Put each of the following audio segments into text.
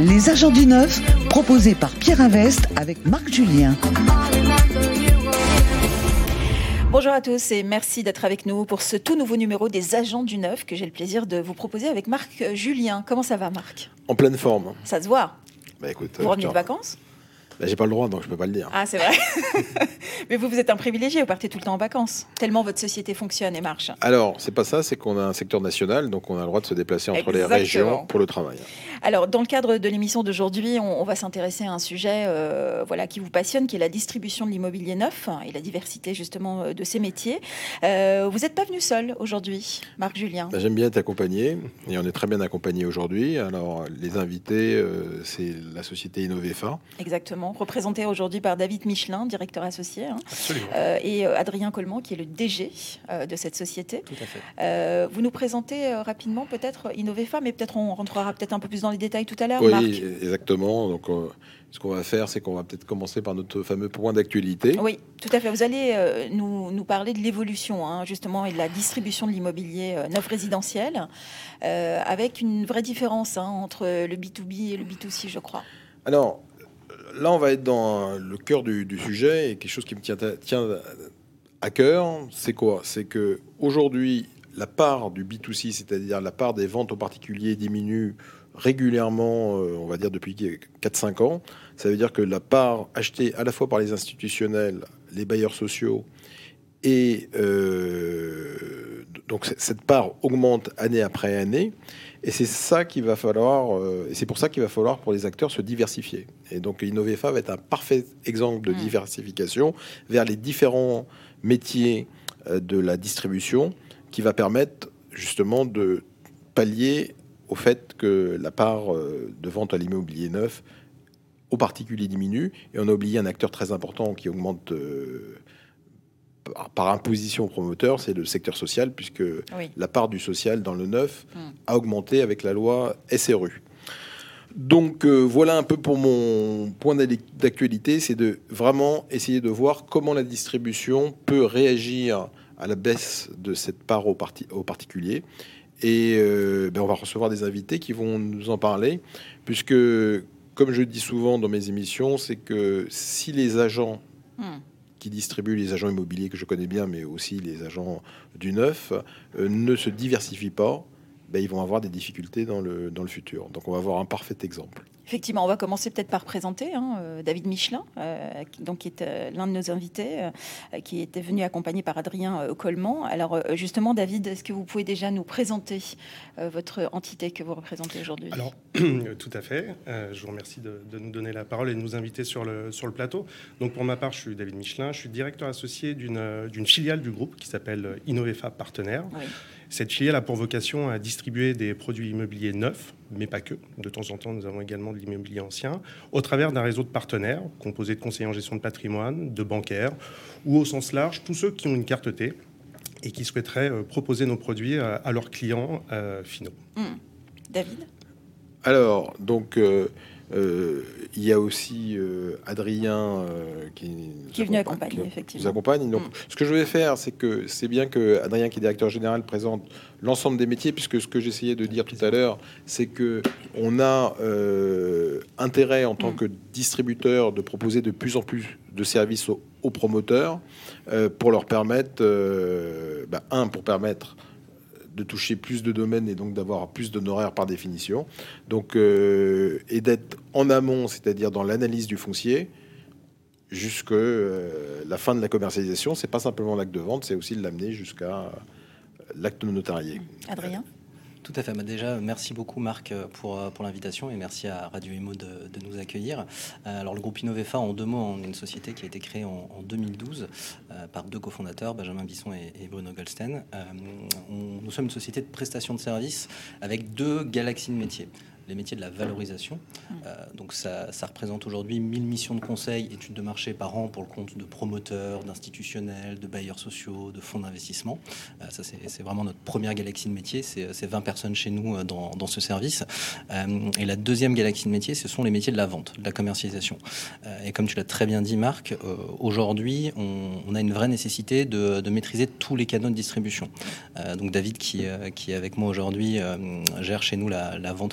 Les agents du neuf, proposés par Pierre Invest avec Marc Julien. Bonjour à tous et merci d'être avec nous pour ce tout nouveau numéro des agents du neuf que j'ai le plaisir de vous proposer avec Marc Julien. Comment ça va, Marc ? En pleine forme. Ça se voit. Écoute, vous revenez de vacances ? J'ai pas le droit, donc je peux pas le dire. Ah, c'est vrai. Mais vous êtes un privilégié, vous partez tout le temps en vacances, tellement votre société fonctionne et marche. Alors, c'est pas ça, c'est qu'on a un secteur national, donc on a le droit de se déplacer entre les régions pour le travail. Alors, dans le cadre de l'émission d'aujourd'hui, on va s'intéresser à un sujet qui vous passionne, qui est la distribution de l'immobilier neuf et la diversité justement de ces métiers. Vous n'êtes pas venu seul aujourd'hui, Marc Julien. J'aime bien être accompagné, et on est très bien accompagné aujourd'hui. Alors, les invités, c'est la société Innovefa. Exactement, représenté aujourd'hui par David Michelin, directeur associé, et Adrien Coleman, qui est le DG de cette société. Tout à fait. Vous nous présentez rapidement peut-être Innovefa, mais peut-être on rentrera peut-être un peu plus dans les détails tout à l'heure. Oui, Marc. Exactement. Donc, ce qu'on va faire, c'est qu'on va peut-être commencer par notre fameux point d'actualité. Oui, tout à fait. Vous allez nous parler de l'évolution, justement, et de la distribution de l'immobilier neuf résidentiel, avec une vraie différence entre le B2B et le B2C, je crois. Alors, là, on va être dans le cœur du sujet, et quelque chose qui me tient à cœur, c'est quoi ? C'est qu'aujourd'hui, la part du B2C, c'est-à-dire la part des ventes aux particuliers, diminue régulièrement, on va dire depuis 4-5 ans. Ça veut dire que la part achetée à la fois par les institutionnels, les bailleurs sociaux, et donc cette part augmente année après année. Et c'est ça qu'il va falloir, et c'est pour ça qu'il va falloir pour les acteurs se diversifier. Et donc Innovefa va être un parfait exemple de diversification vers les différents métiers de la distribution, qui va permettre justement de pallier au fait que la part de vente à l'immobilier neuf aux particuliers diminue. Et on a oublié un acteur très important qui augmente par imposition aux promoteurs, c'est le secteur social, puisque la part du social dans le neuf a augmenté avec la loi SRU. Donc voilà un peu pour mon point d'actualité, c'est de vraiment essayer de voir comment la distribution peut réagir à la baisse de cette part aux particuliers. Et on va recevoir des invités qui vont nous en parler, puisque, comme je dis souvent dans mes émissions, c'est que si les agents qui distribuent, les agents immobiliers que je connais bien, mais aussi les agents du neuf, ne se diversifient pas, ils vont avoir des difficultés dans le futur. Donc on va avoir un parfait exemple. Effectivement, on va commencer peut-être par présenter David Michelin, donc qui est l'un de nos invités, qui était venu accompagné par Adrien Coleman. Alors justement, David, est-ce que vous pouvez déjà nous présenter votre entité que vous représentez aujourd'hui ? Alors, tout à fait. Je vous remercie de nous donner la parole et de nous inviter sur le plateau. Donc pour ma part, je suis David Michelin, je suis directeur associé d'une filiale du groupe qui s'appelle Innovefa Partenaires. Oui. Cette filiale a pour vocation à distribuer des produits immobiliers neufs, mais pas que. De temps en temps, nous avons également de l'immobilier ancien, au travers d'un réseau de partenaires composé de conseillers en gestion de patrimoine, de bancaires, ou au sens large, tous ceux qui ont une carte T et qui souhaiteraient proposer nos produits à leurs clients finaux. David ? Alors, donc, il y a aussi Adrien qui est venu accompagner, effectivement. Nous accompagne. Donc, ce que je vais faire, c'est bien que Adrien, qui est directeur général, présente l'ensemble des métiers, puisque ce que j'essayais de dire tout à l'heure, c'est que on a intérêt en tant que distributeur de proposer de plus en plus de services aux promoteurs pour leur permettre, pour permettre de toucher plus de domaines et donc d'avoir plus d'honoraires par définition. Donc, et d'être en amont, c'est-à-dire dans l'analyse du foncier, jusqu'à la fin de la commercialisation. C'est pas simplement l'acte de vente, c'est aussi de l'amener jusqu'à l'acte notarié. Adrien ? Tout à fait. Déjà, merci beaucoup Marc pour l'invitation et merci à Radio Imo de nous accueillir. Alors le groupe Innovefa, en 2 mots, on est une société qui a été créée en 2012 par 2 cofondateurs, Benjamin Bisson et Bruno Goldstein. Nous sommes une société de prestation de services avec 2 galaxies de métiers. Les métiers de la valorisation. Donc ça représente aujourd'hui 1000 missions de conseil, études de marché par an pour le compte de promoteurs, d'institutionnels, de bailleurs sociaux, de fonds d'investissement. Ça, c'est vraiment notre première galaxie de métiers. C'est 20 personnes chez nous dans ce service. Et la deuxième galaxie de métiers, ce sont les métiers de la vente, de la commercialisation. Et comme tu l'as très bien dit, Marc, aujourd'hui, on a une vraie nécessité de maîtriser tous les canaux de distribution. Donc David, qui est avec moi aujourd'hui, gère chez nous la vente partenaire,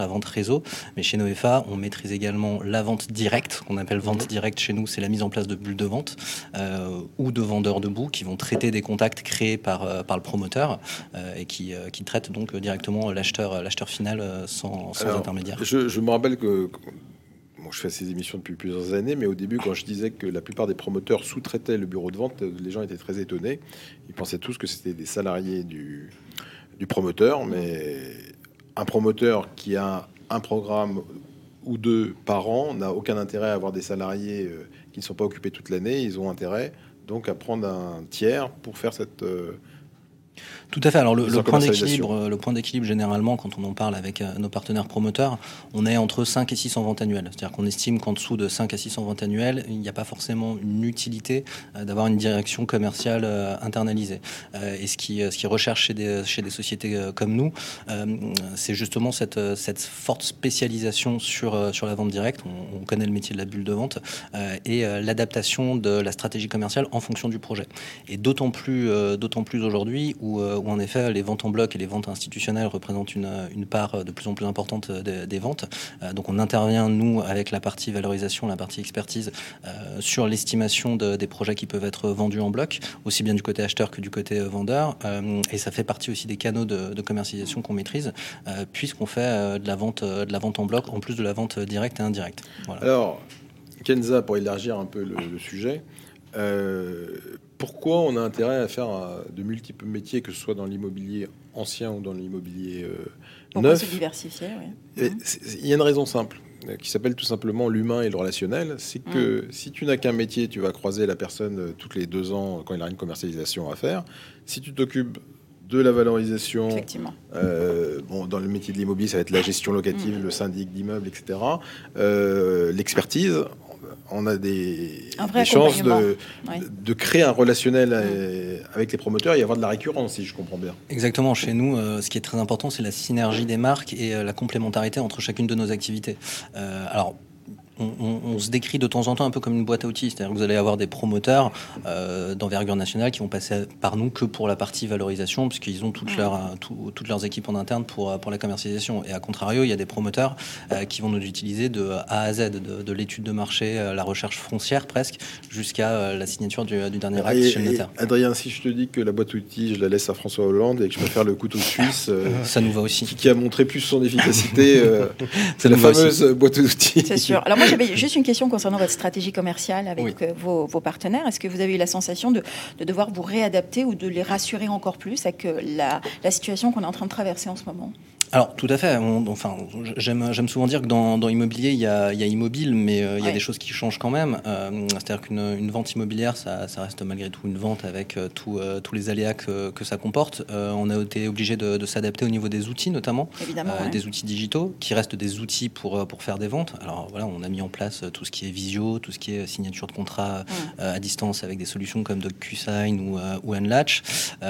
la vente réseau. Mais chez Novefa, on maîtrise également la vente directe, qu'on appelle vente directe chez nous. C'est la mise en place de bulles de vente ou de vendeurs debout qui vont traiter des contacts créés par le promoteur et qui traitent donc directement l'acheteur final sans intermédiaire. Je me rappelle que je fais ces émissions depuis plusieurs années, mais au début, quand je disais que la plupart des promoteurs sous-traitaient le bureau de vente, les gens étaient très étonnés. Ils pensaient tous que c'était des salariés du promoteur, mais un promoteur qui a un programme ou deux par an n'a aucun intérêt à avoir des salariés qui ne sont pas occupés toute l'année. Ils ont intérêt donc à prendre un tiers pour faire cette... Tout à fait. Alors le point d'équilibre généralement, quand on en parle avec nos partenaires promoteurs, on est entre 5 et 600 ventes annuelles. C'est-à-dire qu'on estime qu'en dessous de 5 à 600 ventes annuelles, il n'y a pas forcément une utilité d'avoir une direction commerciale internalisée. Et ce qui recherche chez des sociétés comme nous, c'est justement cette forte spécialisation sur la vente directe. On connaît le métier de la bulle de vente et l'adaptation de la stratégie commerciale en fonction du projet. Et d'autant plus aujourd'hui où en effet les ventes en bloc et les ventes institutionnelles représentent une part de plus en plus importante des ventes. Donc on intervient, nous, avec la partie valorisation, la partie expertise, sur l'estimation des projets qui peuvent être vendus en bloc, aussi bien du côté acheteur que du côté vendeur. Et ça fait partie aussi des canaux de commercialisation qu'on maîtrise, puisqu'on fait de la vente en bloc, en plus de la vente directe et indirecte. Voilà. Alors, Kenza, pour élargir un peu le sujet, pourquoi on a intérêt à faire de multiples métiers, que ce soit dans l'immobilier ancien ou dans l'immobilier neuf? Se diversifier, oui. Il y a une raison simple qui s'appelle tout simplement l'humain et le relationnel. C'est que si tu n'as qu'un métier, tu vas croiser la personne toutes les 2 ans quand il a une commercialisation à faire. Si tu t'occupes de la valorisation, dans le métier de l'immobilier, ça va être la gestion locative, le syndic d'immeubles, etc. L'expertise, on a des chances de créer un relationnel avec les promoteurs et avoir de la récurrence, si je comprends bien. Exactement. Chez nous, ce qui est très important, c'est la synergie des marques et la complémentarité entre chacune de nos activités. Alors, on se décrit de temps en temps un peu comme une boîte à outils, c'est-à-dire que vous allez avoir des promoteurs d'envergure nationale qui vont passer par nous que pour la partie valorisation, puisqu'ils ont toutes leurs équipes en interne pour la commercialisation. Et à contrario, il y a des promoteurs qui vont nous utiliser de A à Z, de l'étude de marché, la recherche foncière presque, jusqu'à la signature du dernier acte chez le notaire. Adrien, si je te dis que la boîte à outils, je la laisse à François Hollande et que je préfère le couteau suisse, ça nous va aussi. Qui a montré plus son efficacité, c'est la fameuse boîte à outils. C'est sûr. Alors moi, j'avais juste une question concernant votre stratégie commerciale avec vos partenaires. Est-ce que vous avez eu la sensation de devoir vous réadapter ou de les rassurer encore plus avec la situation qu'on est en train de traverser en ce moment ? Alors tout à fait. J'aime souvent dire que dans l'immobilier, il y a immobile, mais il y a des choses qui changent quand même. C'est-à-dire qu'une vente immobilière, ça reste malgré tout une vente avec tous les aléas que ça comporte. On a été obligé de s'adapter au niveau des outils, notamment des outils digitaux, qui restent des outils pour faire des ventes. Alors voilà, on a mis en place tout ce qui est visio, tout ce qui est signature de contrat à distance avec des solutions comme DocuSign ou Unlatch.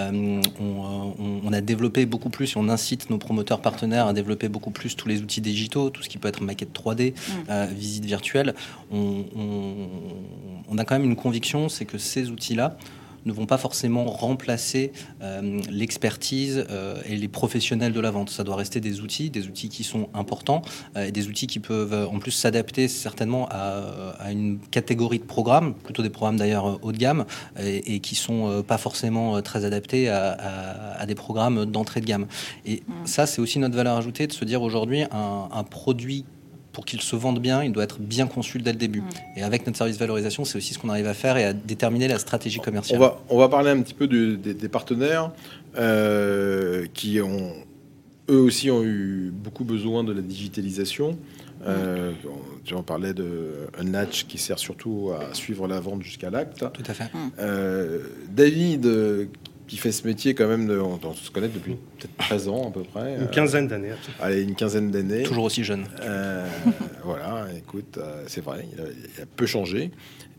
On a développé beaucoup plus et on incite nos promoteurs partenaires à développer beaucoup plus tous les outils digitaux, tout ce qui peut être maquette 3D, visite virtuelle. On a quand même une conviction, c'est que ces outils-là ne vont pas forcément remplacer l'expertise et les professionnels de la vente. Ça doit rester des outils qui sont importants et des outils qui peuvent en plus s'adapter certainement à une catégorie de programmes, plutôt des programmes d'ailleurs haut de gamme et qui sont pas forcément très adaptés à des programmes d'entrée de gamme. Et ça, c'est aussi notre valeur ajoutée de se dire aujourd'hui un produit, pour qu'il se vende bien, il doit être bien conçu dès le début. Et avec notre service valorisation, c'est aussi ce qu'on arrive à faire et à déterminer la stratégie commerciale. On va parler un petit peu des partenaires qui ont, eux aussi, ont eu beaucoup besoin de la digitalisation. Tu en parlais de Unlatch qui sert surtout à suivre la vente jusqu'à l'acte. Tout à fait. David, qui fait ce métier quand même, on se connaît depuis peut-être 13 ans à peu près. Une quinzaine d'années. Allez, une quinzaine d'années. Toujours aussi jeune. Voilà, écoute, c'est vrai, il a peu changé.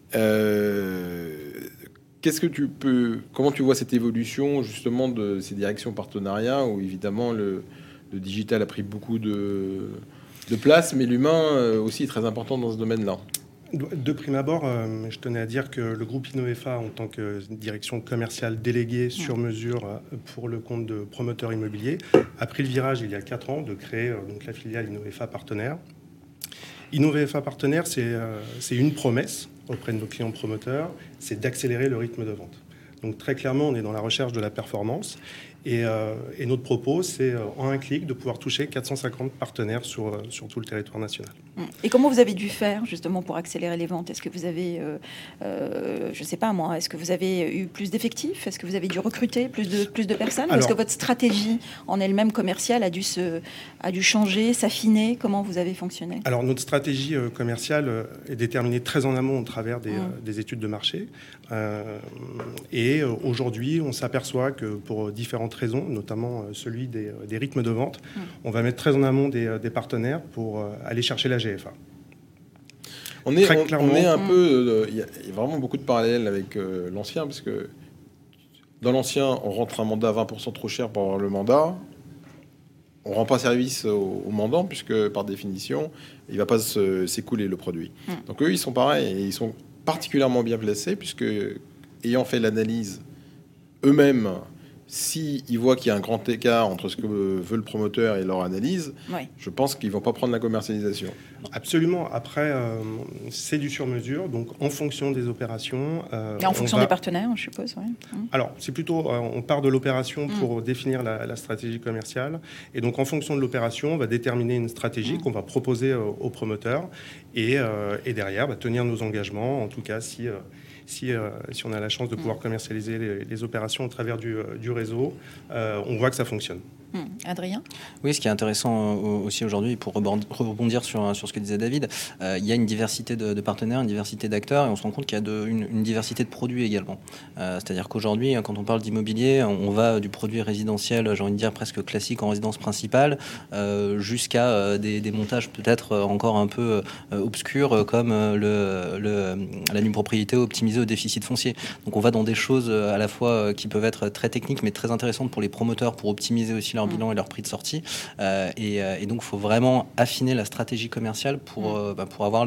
Comment tu vois cette évolution justement de ces directions partenariats où évidemment le digital a pris beaucoup de place, mais l'humain aussi est très important dans ce domaine-là. De prime abord, je tenais à dire que le groupe Innovefa, en tant que direction commerciale déléguée sur mesure pour le compte de promoteurs immobiliers, a pris le virage il y a 4 ans de créer donc la filiale Innovefa Partenaire. Innovefa Partenaire, c'est une promesse auprès de nos clients promoteurs, c'est d'accélérer le rythme de vente. Donc très clairement, on est dans la recherche de la performance. Et notre propos, c'est en un clic de pouvoir toucher 450 partenaires sur tout le territoire national. Et comment vous avez dû faire justement pour accélérer les ventes ? Est-ce que vous avez, je ne sais pas moi, est-ce que vous avez eu plus d'effectifs ? Est-ce que vous avez dû recruter plus de personnes ? Est-ce que votre stratégie en elle-même commerciale a dû changer, s'affiner ? Comment vous avez fonctionné ? Alors notre stratégie commerciale est déterminée très en amont au travers des études de marché. Et aujourd'hui, on s'aperçoit que pour différentes raisons, notamment celui des rythmes de vente, on va mettre très en amont des partenaires pour aller chercher la GFA. On est un peu... Il y a vraiment beaucoup de parallèles avec l'ancien, parce que dans l'ancien, on rentre un mandat 20% trop cher pour avoir le mandat. On ne rend pas service au mandant, puisque par définition, il ne va pas s'écouler le produit. Donc eux, ils sont pareils, et ils sont particulièrement bien placés, puisque ayant fait l'analyse eux-mêmes, s'ils voient qu'il y a un grand écart entre ce que veut le promoteur et leur analyse, je pense qu'ils ne vont pas prendre la commercialisation. Absolument. Après, c'est du sur-mesure, donc en fonction des opérations. Et en fonction des partenaires, je suppose. Ouais. Alors, c'est plutôt, on part de l'opération pour définir la stratégie commerciale. Et donc, en fonction de l'opération, on va déterminer une stratégie qu'on va proposer aux promoteurs. Et derrière, tenir nos engagements, en tout cas, si on a la chance de pouvoir commercialiser les opérations au travers du réseau, on voit que ça fonctionne. Adrien ? Oui, ce qui est intéressant aussi aujourd'hui, pour rebondir sur ce que disait David, il y a une diversité de partenaires, une diversité d'acteurs, et on se rend compte qu'il y a une diversité de produits également. C'est-à-dire qu'aujourd'hui, quand on parle d'immobilier, on va du produit résidentiel, j'ai envie de dire presque classique en résidence principale, jusqu'à des montages peut-être encore un peu obscurs, comme la nue propriété optimisée au déficit foncier. Donc on va dans des choses à la fois qui peuvent être très techniques, mais très intéressantes pour les promoteurs, pour optimiser aussi leur bilan et leur prix de sortie. Et donc, il faut vraiment affiner la stratégie commerciale pour avoir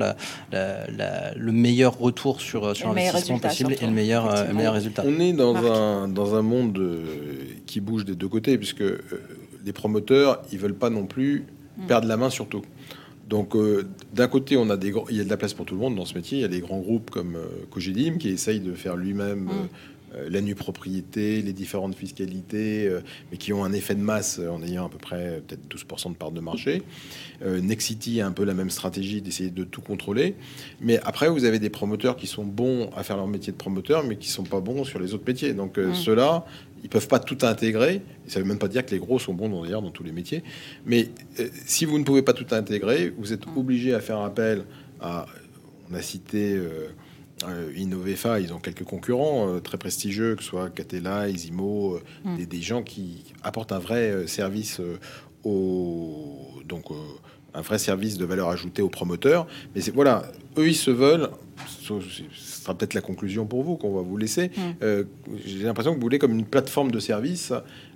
le meilleur retour sur investissement possible et le meilleur résultat. On est dans un monde qui bouge des deux côtés, puisque les promoteurs, ils ne veulent pas non plus perdre la main sur tout. Donc, d'un côté, il y a de la place pour tout le monde dans ce métier. Il y a des grands groupes comme Cogedim qui essayent de faire lui-même la nue propriété, les différentes fiscalités, mais qui ont un effet de masse en ayant à peu près peut-être 12% de part de marché. Nexity a un peu la même stratégie d'essayer de tout contrôler. Mais après, vous avez des promoteurs qui sont bons à faire leur métier de promoteur, mais qui ne sont pas bons sur les autres métiers. Donc ceux-là, ils ne peuvent pas tout intégrer. Et ça ne veut même pas dire que les gros sont bons dans tous les métiers. Mais si vous ne pouvez pas tout intégrer, vous êtes obligé à faire appel à... On a cité... Innovefa, ils ont quelques concurrents très prestigieux, que ce soit Catella, Isimo, des gens qui apportent un vrai service un vrai service de valeur ajoutée aux promoteurs. Mais voilà, eux ils se veulent. Ce sera peut-être la conclusion pour vous qu'on va vous laisser. J'ai l'impression que vous voulez comme une plateforme de service.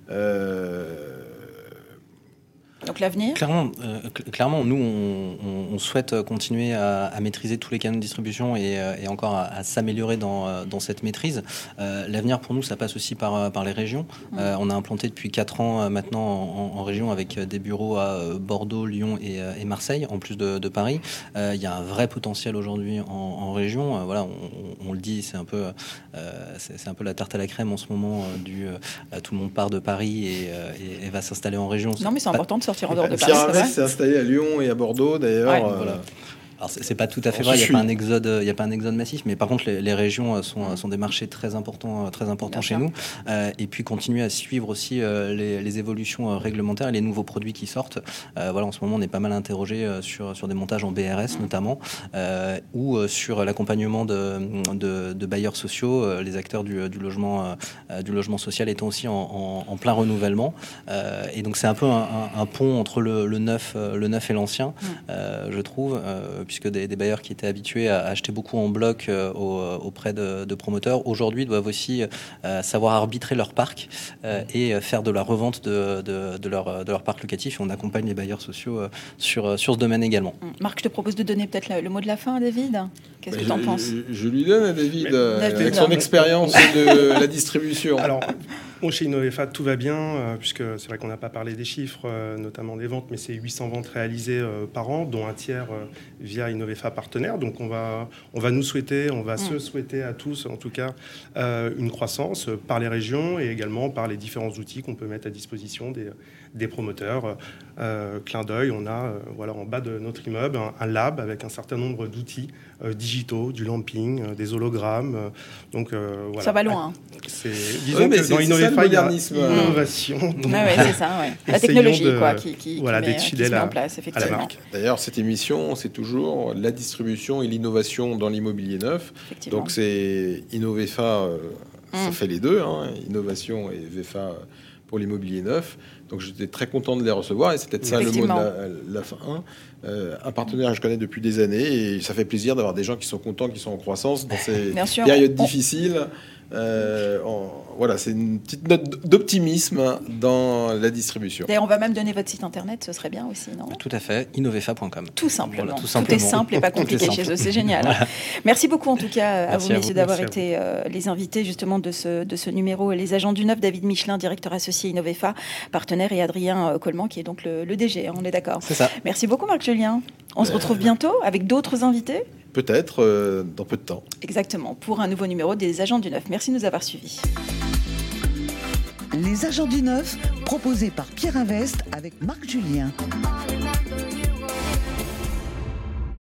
Donc l'avenir ? Clairement, nous, on souhaite continuer à maîtriser tous les canaux de distribution et encore à s'améliorer dans cette maîtrise. L'avenir, pour nous, ça passe aussi par les régions. On a implanté depuis 4 ans maintenant en région avec des bureaux à Bordeaux, Lyon et Marseille, en plus de Paris. Il y a un vrai potentiel aujourd'hui en région. Voilà, on le dit, c'est un peu la tarte à la crème en ce moment. Tout le monde part de Paris et va s'installer en région. Non, mais c'est important de sortir en dehors de Paris. Pierre Invest s'est installé à Lyon et à Bordeaux d'ailleurs. Ouais, voilà. Alors c'est pas tout à fait vrai, il n'y a pas un exode massif, mais par contre les régions sont des marchés très importants chez nous. Et puis continuer à suivre aussi les évolutions réglementaires et les nouveaux produits qui sortent. Voilà, en ce moment on est pas mal interrogé sur des montages en BRS notamment, ou sur l'accompagnement de bailleurs sociaux, les acteurs du logement social étant aussi en plein renouvellement. Et donc c'est un peu un pont entre le neuf et l'ancien, je trouve. puisque des bailleurs qui étaient habitués à acheter beaucoup en bloc auprès de promoteurs, aujourd'hui doivent aussi savoir arbitrer leur parc et faire de la revente de leur parc locatif. Et on accompagne les bailleurs sociaux sur ce domaine également. Marc, je te propose de donner peut-être le mot de la fin à David. Qu'est-ce que tu en penses ? Je lui donne à David, avec son expérience de la distribution. Alors, chez Innovefa, tout va bien, puisque c'est vrai qu'on n'a pas parlé des chiffres, notamment des ventes, mais c'est 800 ventes réalisées par an, dont un tiers via Innovefa Partenaire. Donc on va se souhaiter à tous, en tout cas, une croissance par les régions et également par les différents outils qu'on peut mettre à disposition des promoteurs. Clin d'œil, on a en bas de notre immeuble un lab avec un certain nombre d'outils digitaux, du lamping, des hologrammes. Donc voilà. Ça va loin. Disons que dans Innovefa, il y a l'innovation. C'est ça, la technologie qui d'être fidèle en place, effectivement. À la marque. D'ailleurs, cette émission, c'est toujours la distribution et l'innovation dans l'immobilier neuf. Donc c'est Innovefa, ça fait les deux, innovation et VEFA pour l'immobilier neuf. Donc j'étais très content de les recevoir et c'est peut-être ça le mot de la fin. Un partenaire que je connais depuis des années et ça fait plaisir d'avoir des gens qui sont contents, qui sont en croissance dans ces périodes difficiles. Voilà, c'est une petite note d'optimisme dans la distribution. D'ailleurs, on va même donner votre site internet, ce serait bien aussi, non ? Tout à fait, innovefa.com. Tout simplement. Tout est simple et pas compliqué chez eux, c'est génial. Voilà. Merci beaucoup en tout cas à vous, messieurs, d'avoir été les invités justement de ce numéro. Les agents du neuf, David Michelin, directeur associé Innovefa, partenaire, et Adrien Coleman, qui est donc le DG, on est d'accord ? C'est ça. Merci beaucoup Marc-Julien. On se retrouve bientôt avec d'autres invités ? Peut-être dans peu de temps. Exactement, pour un nouveau numéro des Agents du Neuf. Merci de nous avoir suivis. Les Agents du Neuf, proposés par Pierre Invest avec Marc Julien.